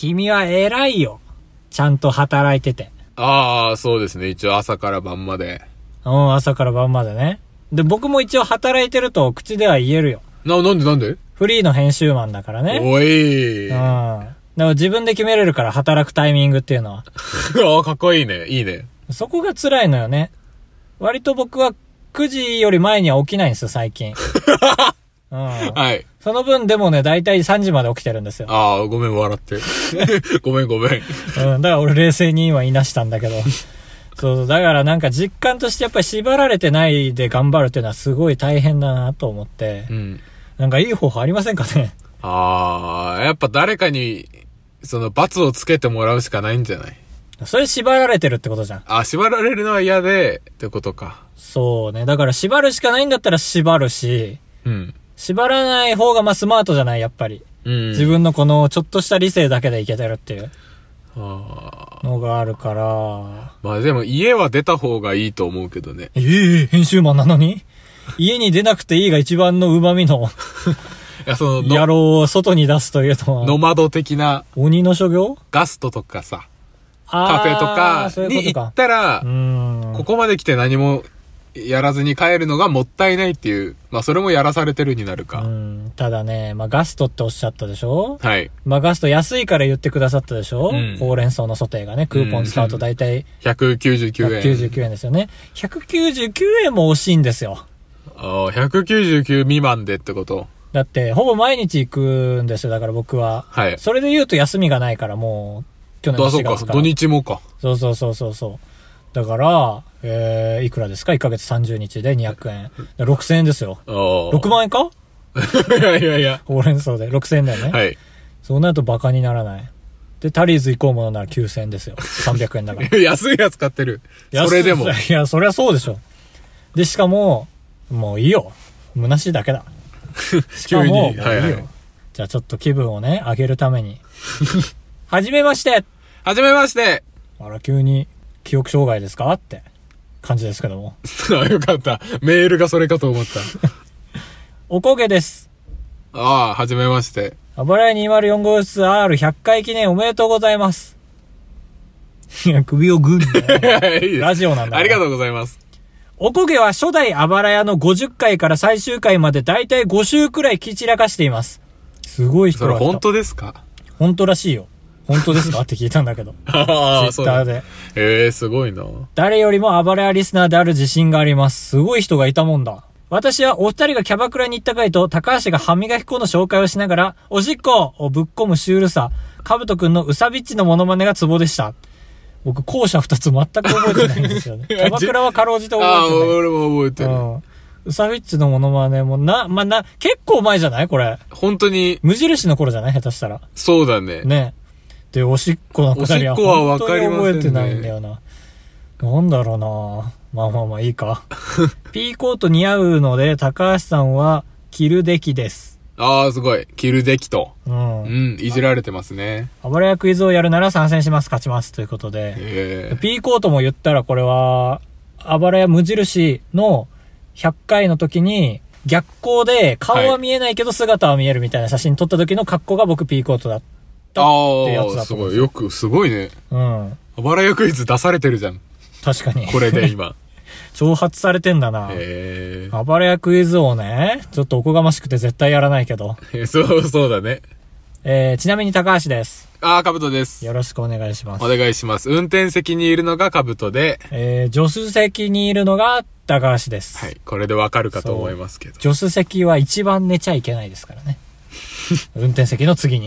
君は偉いよ。ちゃんと働いてて。 ああ、そうですね。一応朝から晩まで。 朝から晩までね。で、僕も一応働いてると口では言えるよ。 なんでフリーの編集マンだからね。 おい。 でも自分で決めれるから働くタイミングっていうのは。 ああ、かっこいいね。いいね。 そこが辛いのよね。割と僕は9時より前には起きないんですよ、最近。 はい。 その分でもね、だいたい3時まで起きてるんですよ。 ああ、ごめん、笑って。ごめん。 だから俺冷静に今言いなしたんだけど。そう、だからなんか実感としてやっぱり縛られてないで頑張るっていうのはすごい大変だなと思って。なんかいい方法ありませんかね。 ああ、やっぱ誰かに、罰をつけてもらうしかないんじゃない？ それ縛られてるってことじゃん。 あ、縛られるのは嫌で、ってことか。 そうね。だから縛るしかないんだったら縛るし、縛らない方がスマートじゃない、やっぱり。自分のこのちょっとした理性だけでいけてるっていうのがあるから。 まあでも家は出た方がいいと思うけどね。 編集マンなのに家に出なくていいが一番の旨味の野郎を外に出すというのは。 ノマド的な。 鬼の所業？ ガストとかさ。カフェとかに行ったら、ここまで来て何もやらずに帰るのがもったいないっていう、それもやらされてるになるか。 ただね、ガストっておっしゃったでしょ？ はい。 ガスト安いから言ってくださったでしょ？ほうれん草のソテーがね、クーポン使うとだいたい 199円。 199円ですよね。199円も惜しいんですよ。 199未満でってこと？ だって、ほぼ毎日行くんですよ、だから僕は。 はい。 それで言うと休みがないからもう、去年の4月から。 そうか、土日もか。 そう。だから、いくらですか ?1 ヶ月30日で200円。6000円ですよ。6万円かいや。 ほうれん草で6000円だよね。 はい。 そうなるとバカにならない。で、タリーズ行こうものなら9000円ですよ。300円だから。 安いやつ買ってる。それでも。 いや、そりゃそうでしょ。で、しかも、もういいよ。虚しいだけだ。しかも、もういいよ。じゃあちょっと気分をね、上げるために。はじめまして。 あら、 急に記憶障害ですかって感じですけども。 よかった。メールがそれかと思った。 おこげです。 はじめまして。 あばらや204号室 R100 回記念おめでとうございます。いや、首をグーラジオなんだ。 ありがとうございます。 おこげは初代あばらやの50回から最終回までだいたい5週くらいき散らかしています。すごい人だった。 それ本当ですか？ 本当らしいよ。本当ですかって聞いたんだけど。ツイッターで。 すごいな。 誰よりもあばらやリスナーである自信があります。すごい人がいたもんだ。私はお二人がキャバクラに行った回と高橋が歯磨き粉の紹介をしながら、おしっこをぶっ込むシュールさ、かぶとくんのうさびっちのモノマネがツボでした。僕、後者二つ全く覚えてないんですよね。キャバクラはかろうじて覚えてない。 俺も覚えてる。 うさびっちのモノマネも結構前じゃないこれ。 本当に。 無印の頃じゃない下手したら。 そうだね。 ね。で、おしっこのくだりは本当に覚えてないんだよな。なんだろうな。まあいいか。ピーコート似合うので、高橋さんは着るべきです。 すごい。着るべきと。いじられてますね。 あばらやクイズをやるなら参戦します。勝ちます。ということで。ピーコートも言ったらこれは、あばらや無印の100回の時に、逆光で顔は見えないけど姿は見えるみたいな写真撮った時の格好が僕ピーコートだったってやつだと思う。 すごいね。あばらやクイズ出されてるじゃん。 確かに。 これで今。 挑発されてんだな。あばらやクイズをね、ちょっとおこがましくて絶対やらないけど。 そうだね。 ちなみに高橋です。 かぶとです。 よろしくお願いします。 お願いします。運転席にいるのがかぶとで、 助手席にいるのが高橋です。 はい。これでわかるかと思いますけど。 助手席は一番寝ちゃいけないですからね。運転席の次に。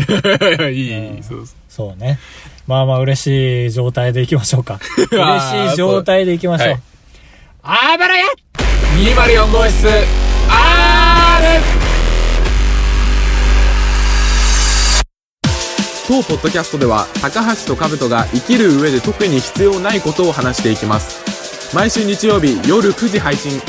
そうね。嬉しい状態でいきましょうか。嬉しい状態でいきましょう。あばらや204号室 R！ 当ポッドキャストでは高橋と兜が生きる上で特に必要ないことを話していきます。毎週日曜日夜9時配信。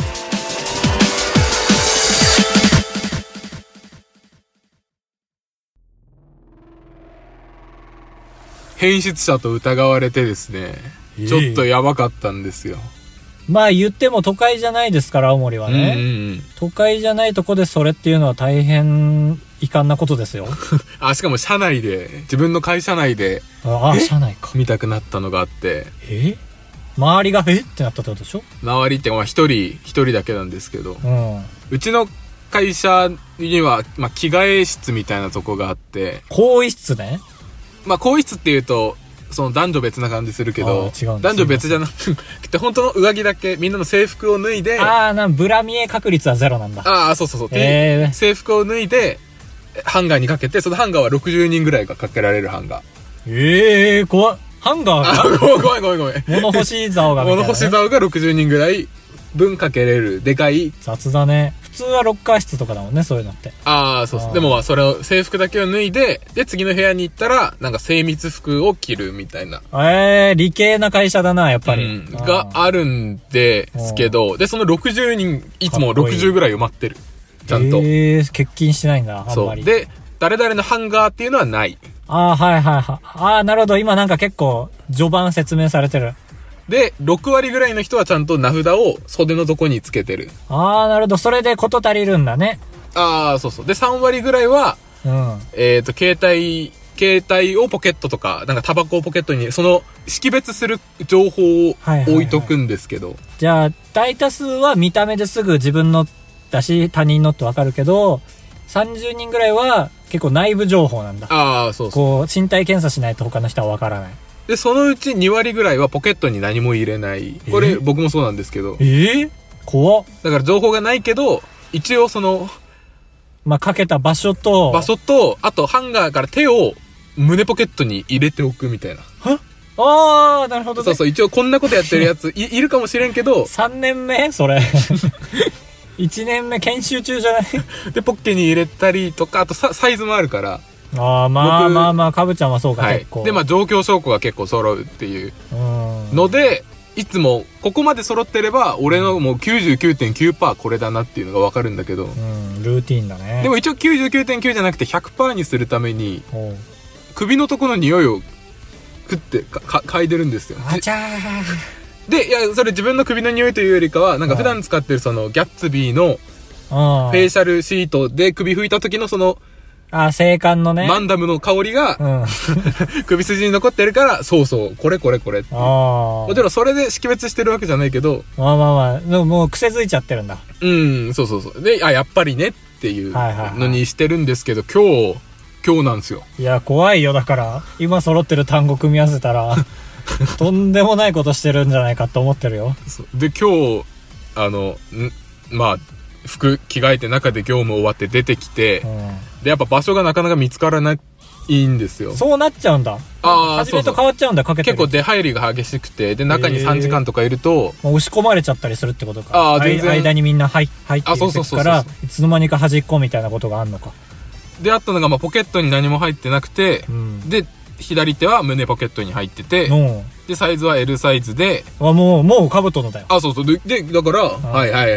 変質者と疑われてですね、ちょっとやばかったんですよ。 言っても都会じゃないですから、青森はね。都会じゃないとこでそれっていうのは大変遺憾なことですよ。 しかも社内で、自分の会社内で、 社内か。 見たくなったのがあって。 周りがってなったってことでしょ？ 周りって、一人だけなんですけど、うちの会社には、着替え室みたいなとこがあって。 更衣室ね。 更衣室っていうと、その男女別な感じするけど、男女別じゃなくて、本当の上着だけ、みんなの制服を脱いで。 ブラ見え確率はゼロなんだ。 そう。制服を脱いで、ハンガーにかけて、そのハンガーは60人ぐらいがかけられるハンガー。 怖っ。ハンガーごめん。 物干し竿が、 物干し竿が60人ぐらい分かけれる、でかい。 雑だね。普通はロッカー室とかだもんね、そういうのって。 そう。でもそれを、制服だけを脱いで、で、次の部屋に行ったら、なんか精密服を着るみたいな。 理系な会社だな、やっぱり。 があるんですけど、で、その60人、いつも60ぐらい埋まってる。ちゃんと。 欠勤してないんだ、あんまり。 で、誰々のハンガーっていうのはない。 なるほど。今なんか結構、序盤説明されてる。 で、6割ぐらいの人はちゃんと名札を袖のとこにつけてる。 なるほど。それで事足りるんだね。 そう。で、3割ぐらいは、携帯をポケットとか、なんかタバコをポケットに、その、識別する情報を置いとくんですけど。 じゃあ、大多数は見た目ですぐ自分のだし、他人のってわかるけど、30人ぐらいは結構内部情報なんだ。 そう。 こう、身体検査しないと他の人はわからない。 で、そのうち2割ぐらいはポケットに何も入れない。これ、僕もそうなんですけど。 怖っ。 だから情報がないけど、一応その、 かけた場所と、 あとハンガーから手を胸ポケットに入れておくみたいな。 なるほどね。 そう、一応こんなことやってるやついるかもしれんけど。 3年目それ。1年目研修中じゃないで、ポッケに入れたりとか、あとサイズもあるから。 かぶちゃんはそうか、結構。 で、状況証拠が結構揃うっていうので、いつも、ここまで揃ってれば、俺のもう 99.9% これだなっていうのがわかるんだけど。 ルーティーンだね。 でも一応 99.9 じゃなくて 100% にするために、首のとこの匂いを食って嗅いでるんですよ。で、それ自分の首の匂いというよりかは、なんか普段使ってるそのギャッツビーのフェイシャルシートで首拭いた時のその、 静観のね。 マンダムの香りが、首筋に残ってるから、これって。もちろんそれで識別してるわけじゃないけど。 でももう癖づいちゃってるんだ。 そう。で、やっぱりねっていうのにしてるんですけど、今日なんですよ。 いや、怖いよ。だから、今揃ってる単語組み合わせたら、とんでもないことしてるんじゃないかと思ってるよ。 で、今日、服着替えて中で業務終わって出てきて、で、やっぱ場所がなかなか見つからないんですよ。 そうなっちゃうんだ。初めと変わっちゃうんだ、かけてる。 結構出入りが激しくて、で、中に3時間とかいると、 押し込まれちゃったりするってことか。全然。間にみんな入ってるから、いつの間にか端っこみたいなことがあんのか。 で、あったのが、ポケットに何も入ってなくて、で、左手は胸ポケットに入ってて、で、サイズは L サイズで、 もう兜のだよ。 で、だから、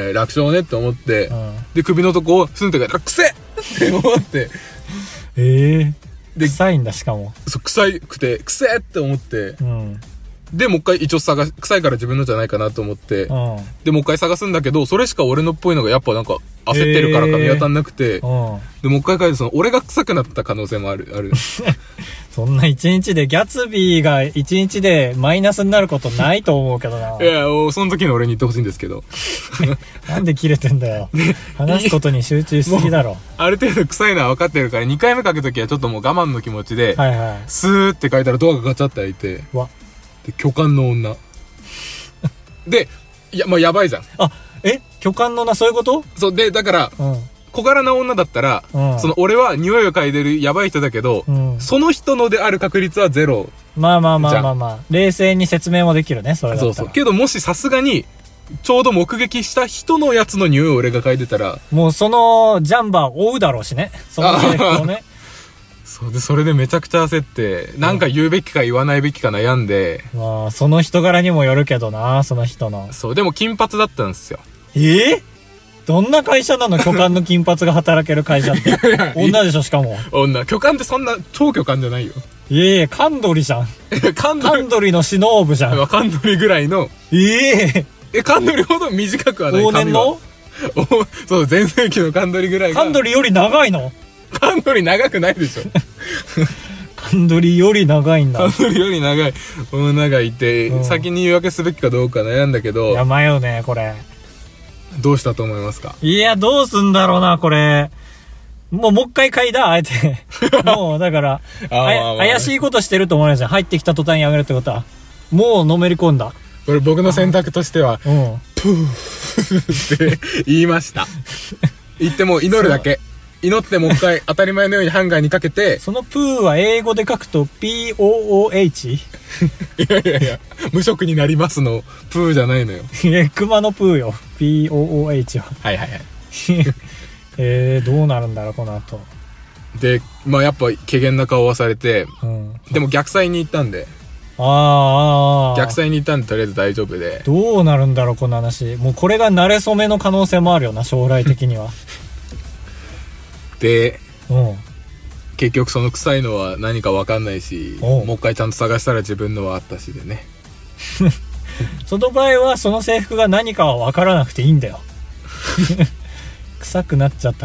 楽勝ねって思って、で、首のとこをスンって書いたら、くせって思って、 で、臭いんだ、しかも。 臭くて、くせって思って、で、もう一回一応臭いから自分のじゃないかなと思って、で、もう一回探すんだけど、それしか俺のっぽいのがやっぱなんか、焦ってるからか見当たんなくて、で、もう一回書いて、俺が臭くなった可能性もある。 そんな1日で、ギャツビーが1日でマイナスになることないと思うけどな。 いや、その時の俺に言ってほしいんですけど。 なんで切れてんだよ。話すことに集中しすぎだろ。 ある程度臭いのは分かってるから、2回目書くときはちょっともう我慢の気持ちで、スーって書いたらドアがガチャって開いて、で、巨漢の女。で、やばいじゃん。 巨漢の女、そういうこと？ そう、で、だから、小柄な女だったら、俺は匂いを嗅いでるやばい人だけど、その人のである確率はゼロ。 冷静に説明もできるね、それだったら。 そう。けどもしさすがに、ちょうど目撃した人のやつの匂いを俺が嗅いでたら、 もうそのジャンバー追うだろうしね。その制服をね。 それでめちゃくちゃ焦って、なんか言うべきか言わないべきか悩んで。 その人柄にもよるけどな、その人の。 でも金髪だったんですよ。 どんな会社なの？巨漢の金髪が働ける会社って。女でしょ、しかも。 女。巨漢ってそんな超巨漢じゃないよ。 カンドリじゃん。カンドリのシノーブじゃん。 カンドリぐらいの。カンドリほど短くはない。 往年の？ そう、全盛期のカンドリぐらいが。 カンドリより長いの？ カンドリ長くないでしょ。 カンドリより長いんだ。 カンドリより長い女がいて、 うん先に言い訳すべきかどうか悩んだけど、 いや、迷うね、これ。 どうしたと思いますか？ いや、どうすんだろうな、これ。もう一回嗅いだ、あえて。もう、だから、怪しいことしてると思われるじゃん。入ってきた途端にやめるってことは。もうのめり込んだ。 これ僕の選択としては、 うん。 プーって言いました。言ってもう祈るだけ。祈ってもう一回当たり前のようにハンガーにかけて、 そのプーは英語で書くと POOH? いや、無職になりますの、プーじゃないのよ。 熊のプーよ。POOH は。 はいはいはい。 どうなるんだろう、この後。 で、まあやっぱ、怪げな顔はされて、 うん。 でも逆サイに行ったんで、 ああ。 逆サイに行ったんでとりあえず大丈夫で。 どうなるんだろう、この話。もうこれが慣れ初めの可能性もあるよな、将来的には。 で、 うん。 結局その臭いのは何か分かんないし、もおうう一回ちゃんと探したら自分のはあったしでね。 その場合は、その制服が何かは分からなくていいんだよ。臭くなっちゃった、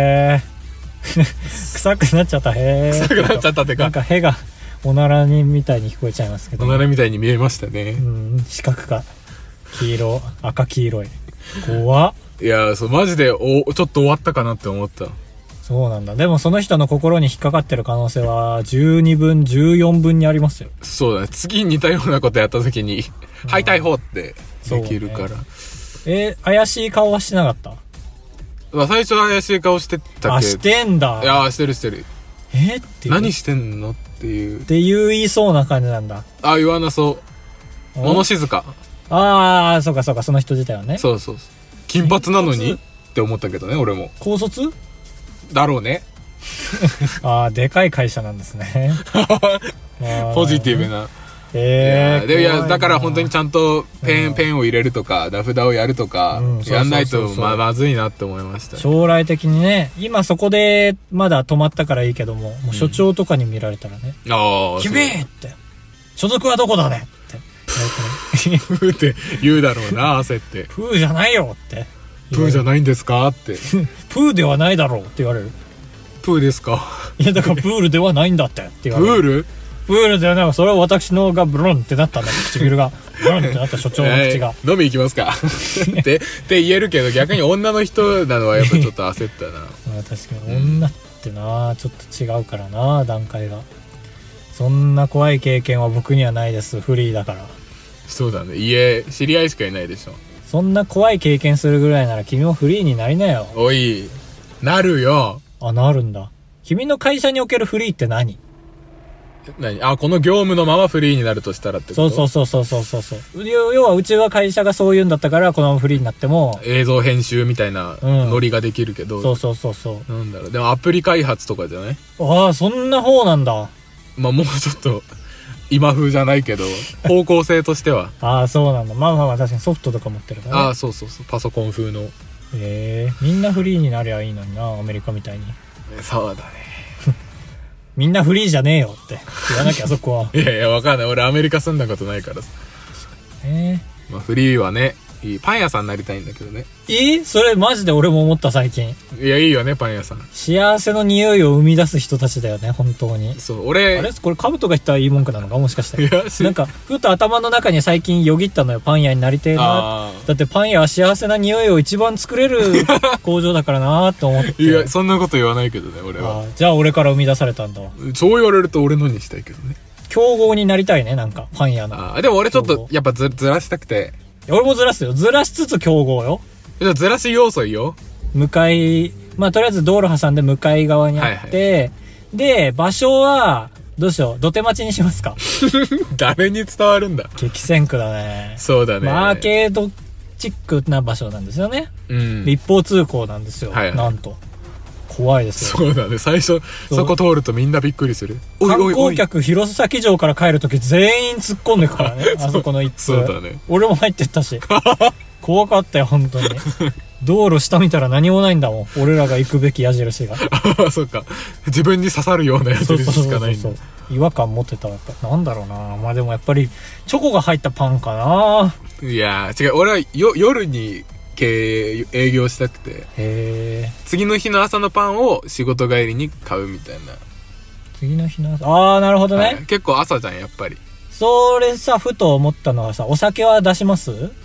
臭くなっちゃった、 臭くなっちゃったってなんか、 かへが、おならにみたいに聞こえちゃいますけど。 おならみたいに見えましたね。 うん、四角か。黄色、赤黄色い。怖っ。 いや、そう、マジで、ちょっと終わったかなって思った。 そうなんだ。でもその人の心に引っかかってる可能性は、12分、14分にありますよ。 そうだね。次に似たようなことやった時に、はい、逮捕ってできるから。 怪しい顔はしてなかった？ まあ最初は怪しい顔してたけど。 あ、してんだ。 いや、してる。 っていう。 何してんのっていう。 って言いそうな感じなんだ。 あ、言わなそう。物静か。 ああ、そうか、その人自体はね。 そう。金髪なのにって思ったけどね、俺も。 高卒？ だろうね。 ああ、でかい会社なんですね。 ポジティブな。いや、だから本当にちゃんとペンを入れるとか、名札をやるとか、やんないとまずいなって思いました。 将来的にね、今そこでまだ止まったからいいけども、もう所長とかに見られたらね。君って、所属はどこだねって。 プーって言うだろうな、焦って。 プーじゃないよって。 プーじゃないんですかって。 プーではないだろうって言われる。 プーですか？ いや、だからプールではないんだって言われる。プールではない。それは私のがブロンってなったんだ。唇がブロンってなった所長の口が。 飲み行きますかって言えるけど、逆に女の人なのはやっぱちょっと焦ったな。 まあ確かに女ってな、ちょっと違うからな、段階が。そんな怖い経験は僕にはないです。フリーだから。 そうだね。知り合いしかいないでしょ。 そんな怖い経験するぐらいなら君もフリーになりなよ。 おい、なるよ。 あ、なるんだ。君の会社におけるフリーって何？ この業務のままフリーになるとしたらってこと？ そう。要はうちは会社がそういうんだったから、このままフリーになっても。 映像編集みたいなノリができるけど。 そう。 なんだろう。でもアプリ開発とかじゃない？ ああ、そんな方なんだ。 まあもうちょっと、今風じゃないけど、方向性としては。 ああ、そうなんだ。まあ確かにソフトとか持ってるからね。 ああ、そう。パソコン風の。 みんなフリーになりゃいいのにな、アメリカみたいに。 そうだね。 みんなフリーじゃねえよって言わなきゃ、そこは。 いや、わかんない。俺アメリカ住んだことないからさ。まあフリーはね、いい。パン屋さんになりたいんだけどね。 それマジで俺も思った最近。 いや、いいよね、パン屋さん。 幸せの匂いを生み出す人たちだよね、本当に。 そう、 あれこれカブトが言ったらいい文句なのかもしかして。 いや、 なんか、ふと頭の中に最近よぎったのよ、パン屋になりてえな。だってパン屋は幸せな匂いを一番作れる工場だからなって思って。 いや、そんなこと言わないけどね、俺は。 じゃあ俺から生み出されたんだわ。 そう言われると俺のにしたいけどね。 競合になりたいね、なんか、パン屋の。 でも俺ちょっと、やっぱずらしたくて。 俺もずらすよ。ずらしつつ競合よ。 ずらし要素いいよ。 とりあえず道路挟んで向かい側にあって、で、場所は、どうしよう、土手町にしますか。 誰に伝わるんだ。 激戦区だね。 そうだね。 アーケードチックな場所なんですよね。一方通行なんですよ。なんと。怖いですよ。そうだね。最初、そこ通るとみんなびっくりする。 観光客、弘前城から帰るとき全員突っ込んでくからね。あそこの一通。 そうだね。 俺も入ってったし。怖かったよ、本当に。道路下見たら何もないんだもん。俺らが行くべき矢印が。 そっか。自分に刺さるような矢印しかないんだ。 違和感持ってたわ。なんだろうな。まあでもやっぱり、チョコが入ったパンかな。 いやー、違う。俺は夜に営業したくて、次の日の朝のパンを仕事帰りに買うみたいな。 次の日の朝、ああなるほどね、 はい、結構朝じゃんやっぱり。 それさ、ふと思ったのはさ、お酒は出します？ちょっ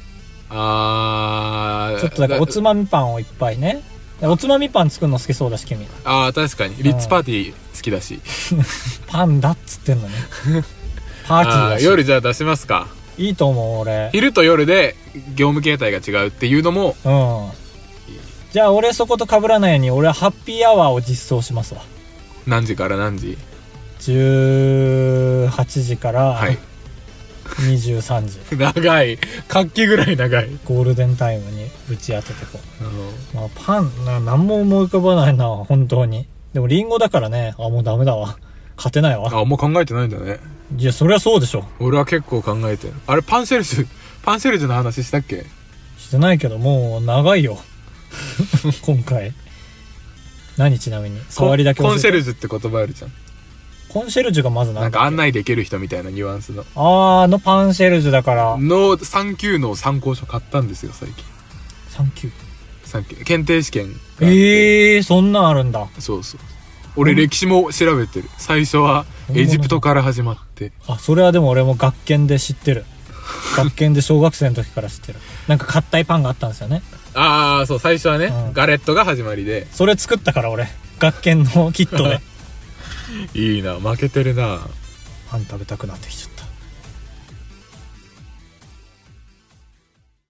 とだからおつまみパンをいっぱいね。おつまみパン作るの好きそうだし君。 ああ確かにリッツパーティー好きだしパンだっつってんのねパーティーだし。 夜じゃあ出しますか。 いいと思う俺。 昼と夜で業務形態が違うっていうのも、 じゃあ俺そこと被らないように俺はハッピーアワーを実装しますわ。 何時から何時 ？18時から23時長い。活気ぐらい長い。 ゴールデンタイムにぶち当ててこう、まあ、パン何も思い浮かばないな本当に。でもリンゴだからね、もうダメだわ、勝てないわ。 あんま考えてないんだね。 いやそりゃそうでしょ。 俺は結構考えてる。あれパンシェルジュの話したっけ？ してないけどもう長いよ今回。何ちなみに触りだけ教えて。 コンシェルジュって言葉あるじゃん。 コンシェルジュがまずなんか案内できる人みたいなニュアンスのパンシェルジュだからの3級の参考書買ったんですよ最近。 3級検定試験。 そんなんあるんだ。 そう俺歴史も調べてる。最初はエジプトから始まって。 それはでも俺も学研で知ってる学研で小学生の時から知ってる。なんか硬いパンがあったんですよね。 そう最初はね、ガレットが始まりでそれ作ったから俺学研のキットでいいな、負けてるな。 パン食べたくなってきちゃった。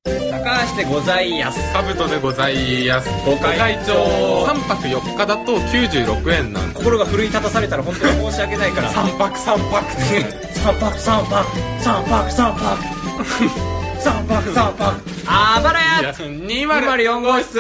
高橋でございやす。 カブトでございやす。ご会長。3泊4日だと96円なんで。 心が奮い立たされたら本当に申し訳ないから 3泊3泊あばらや204号室。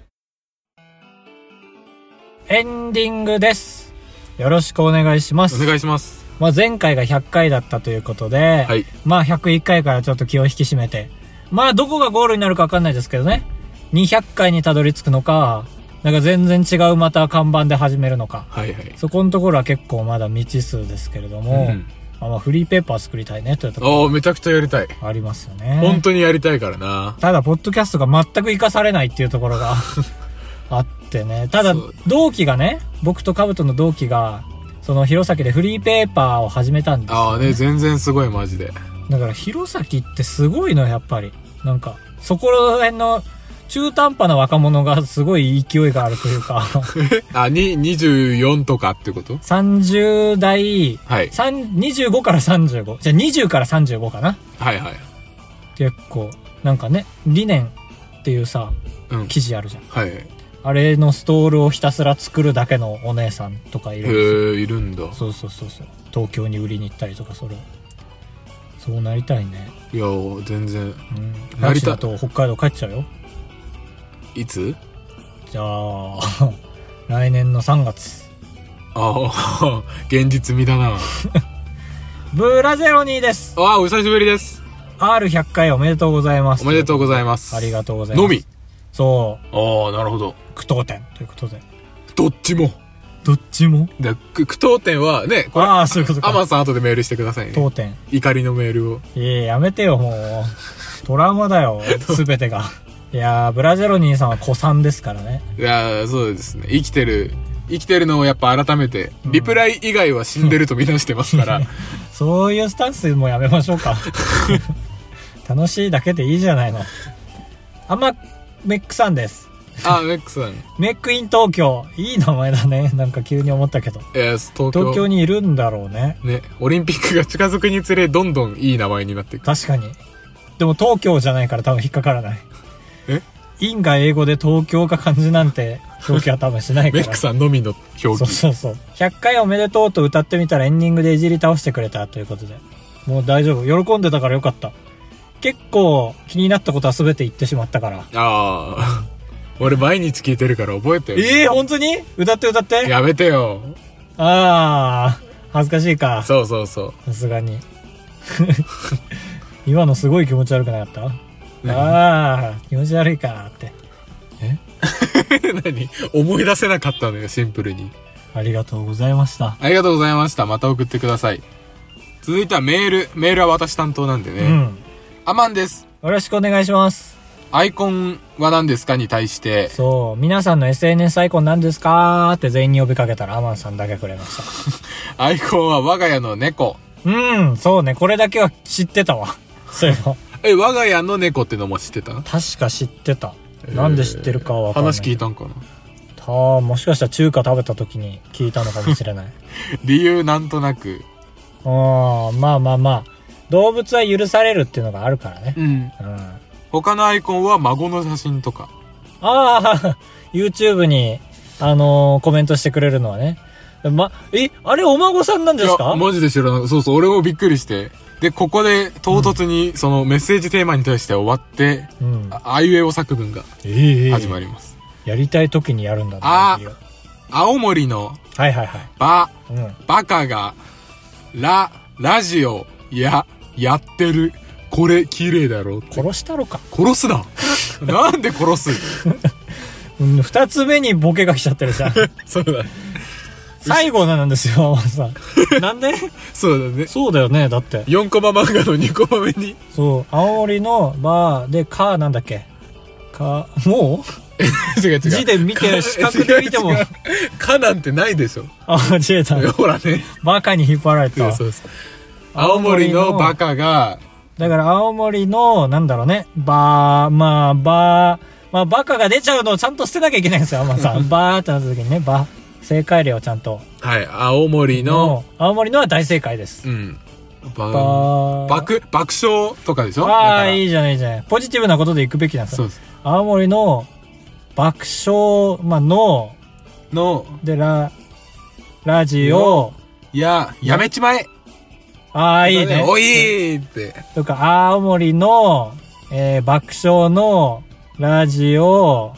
エンディングです。よろしくお願いします。 お願いします。 前回が100回だったということで、101回からちょっと気を引き締めて、どこがゴールになるか分かんないですけどね、200回にたどり着くのか、なんか全然違うまた看板で始めるのか、そこのところは結構まだ未知数ですけれども、フリーペーパー作りたいねというところ。 めちゃくちゃやりたい。 ありますよね。 本当にやりたいからな。 ただポッドキャストが全く活かされないっていうところがあってね。ただ同期がね、僕とカブトの同期がその弘前でフリーペーパーを始めたんですよ、ね。 全然すごいマジで。 だから弘前ってすごいのやっぱり。なんかそこら辺の中途半端な若者がすごい勢いがあるというか 24とかってこと？ 30 代、25から35。じゃあ20から35かな。結構なんかね、理念っていうさ、記事あるじゃん。あれのストールをひたすら作るだけのお姉さんとかいるんですよ。 いるんだ。 そう。東京に売りに行ったりとか、そうなりたいね。 いや全然。 なりたいと北海道帰っちゃうよ。 いつ？ じゃあ来年の3月。 現実味だな。 ブラゼロニーです。 お久しぶりです。 R100 回おめでとうございます。 おめでとうございます。 ありがとうございます。 のみ。 そう。 なるほど。 句読点ということで。 どっちも句読点はね、これそういうことか。 アマンさん後でメールしてくださいね。 当点。 怒りのメールを。 やめてよもう。トラウマだよすべてが。ブラジェロニーさんは子さんですからね。 そうですね。生きてるのをやっぱ改めて、リプライ以外は死んでると見なしてますからそういうスタンスもやめましょうか楽しいだけでいいじゃないの。メックさんです。 メックさん。 メックイン東京。いい名前だね。なんか急に思ったけど。東京にいるんだろうね。 オリンピックが近づくにつれどんどんいい名前になっていく。 確かに。でも東京じゃないから多分引っかからない。インが英語で東京が漢字なんて表記は多分しないから。 メックさんのみの表記。 そう。100回おめでとうと歌ってみたらエンディングでいじり倒してくれたということで。もう大丈夫。喜んでたからよかった。結構気になったことは全て言ってしまったから。 俺毎日聞いてるから覚えてよ。 本当に？歌ってやめてよ。 恥ずかしいか。 そう。 さすがに今のすごい気持ち悪くなかった？気持ち悪いかって。 何？思い出せなかったのよ、シンプルに。 ありがとうございました。 ありがとうございました。また送ってください。続いてはメールは私担当なんでね。アマンです。 よろしくお願いします。 アイコンは何ですかに対して、 そう、皆さんの SNS アイコン何ですかって全員に呼びかけたらアマンさんだけくれました。 アイコンは我が家の猫。 そうね、これだけは知ってたわ。そういえば。 我が家の猫ってのも知ってた？ 確か知ってた。なんで知ってるかはわかんない。 話聞いたんかな？ もしかしたら中華食べた時に聞いたのかもしれない。 理由なんとなく。 まあ。動物は許されるっていうのがあるからね。 他のアイコンは孫の写真とか。 YouTube に、コメントしてくれるのはね。あれお孫さんなんですか？ いや、マジで知らない。そう、俺もびっくりして。で、ここで唐突にそのメッセージテーマに対して終わって、あいうえお作文が始まります。 やりたい時にやるんだね。 青森の、バカが、ラジオ、やってる。これ、綺麗だろって。 殺したろか。 殺すな。なんで殺す？ 二つ目にボケが来ちゃってるじゃん。 そうだ。 最後なんですよ、さ。なんで？ そうだね。 そうだよね、だって。 4コマ漫画の2コマ目に。 そう、青森ので、なんだっけ。もう違う。 字で見て、視覚で見ても。 なんてないでしょ。 違えた。 ほらね。 バカに引っ張られた。 そう。青森のバカが、 だから青森の、なんだろうね。バカが出ちゃうのをちゃんと捨てなきゃいけないんですよ、アマさん。ってなった時にね、正解例をちゃんと。 はい、青森のは大正解です。 爆笑とかでしょ？ いいじゃない。ポジティブなことでいくべきなんですよ。 そうです。 青森の爆笑、で、ラジオ。 やめちまえ。 いいね。 おいって。 とか、青森の、爆笑のラジオ、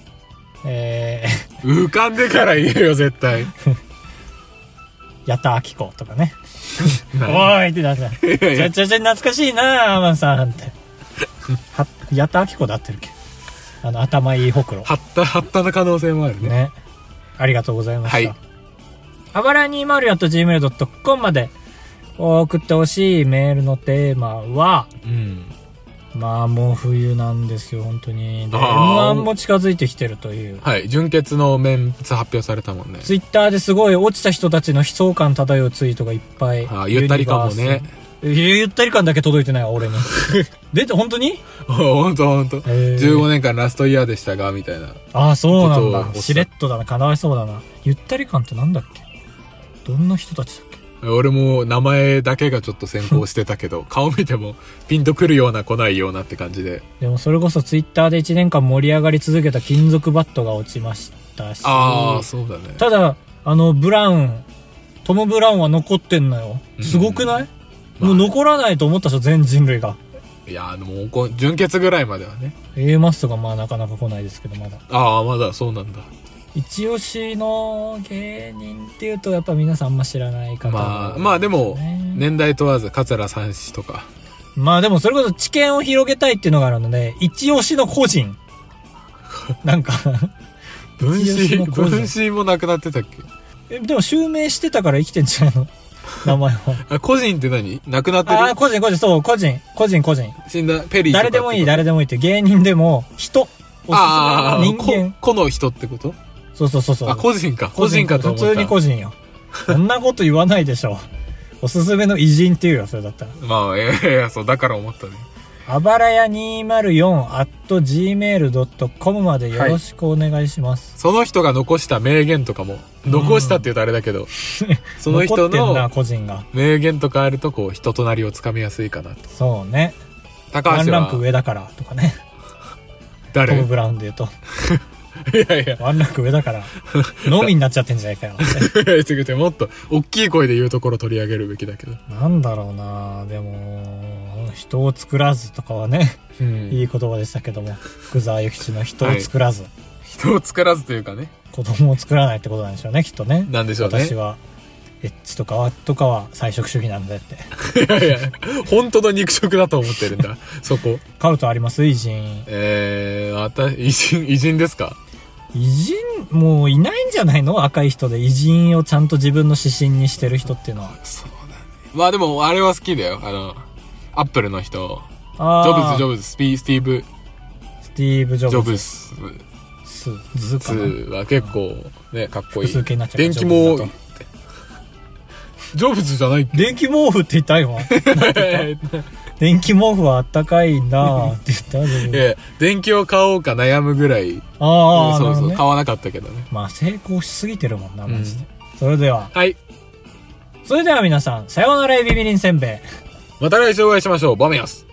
浮かんでから言えよ、絶対。 やったあきことかね。おーいってなった。懐かしいなアマンさんって。やったあきこで合ってるっけ？頭いいほくろ。 はったの可能性もあるね。 ありがとうございました。あばら204@gmail.com まで送ってほしいメールのテーマは、もう冬なんですよ、本当に。で、M1 も近づいてきてるという。 はい、準決のメンツ発表されたもんね。 ツイッターですごい落ちた人たちの悲壮感漂うツイートがいっぱい。 ゆったり感もね。 ゆったり感だけ届いてないわ、俺に。本当に？ ほんと。15年間ラストイヤーでしたが、みたいな。 そうなんだ。しれっとだな、かわいそうだな。ゆったり感ってなんだっけ？どんな人たちだっけ？ 俺も名前だけがちょっと先行してたけど、顔見てもピンとくるような来ないようなって感じで。 でもそれこそツイッターで1年間盛り上がり続けた金属バットが落ちましたし。 そうだね。 ただ、ブラウン、トム・ブラウンは残ってんのよ。すごくない？もう残らないと思ったでしょ、全人類が。 いやでも準決ぐらいまではね。 A マストがなかなか来ないですけど、まだ。 まだそうなんだ。 一押しの芸人っていうとやっぱ皆さんあんま知らない方が、でも年代問わず桂三枝とかでもそれこそ知見を広げたいっていうのがあるので、一押しの個人なんか分身もなくなってたっけ？でも襲名してたから生きてんじゃないの？名前は。 個人って何？なくなってる？ 個人、そう、個人。 死んだペリーとか。 誰でもいいって芸人でも人。人間。 個の人ってこと？ そう。 個人かと思った。 普通に個人よ。そんなこと言わないでしょ。おすすめの偉人っていうよ、それだったら。 そう、だから思ったね。 あばらや 204@gmail.com までよろしくお願いします。 その人が残した名言とかも、残したって言うとあれだけど、その人の個人が名言とかあると人となりをつかみやすいかなと。 そうね。 高橋はワンランク上だからとかね。 誰？ トム・ブラウンで言うと。 いやワンランク上だからのみになっちゃってんじゃないかよ。 違うもっと大きい声で言うところ取り上げるべきだけど。 なんだろうな。でも人を作らずとかはね、いい言葉でしたけども、福沢諭吉の人を作らず、 人を作らずというかね、 子供を作らないってことなんでしょうね、きっとね。 なんでしょうね。 私はエッチとかは菜食主義なんだって。 いや本当の肉食だと思ってるんだ。そこカウトあります？偉人。 偉人ですか？ 偉人もういないんじゃないの？赤い人で偉人をちゃんと自分の指針にしてる人っていうのは。 そうだね。でもあれは好きだよ。アップルの人、ジョブズスティーブ・ティーブ・ジョブズ。 ズは結構ね、かっこいい。 複数形になっちゃう。 電気毛布。ジョブズじゃないっけ？ 電気毛布って言った今。電気毛布はあったかいなーって言った。 いや、電気を買おうか悩むぐらい。 ああ、 そうそう、 ね、 買わなかったけどね。 まあ成功しすぎてるもんな、マジで。それでは。 はい。 それでは皆さん、さようならエビビリンせんべい。 また来週お会いしましょう。バメヤス。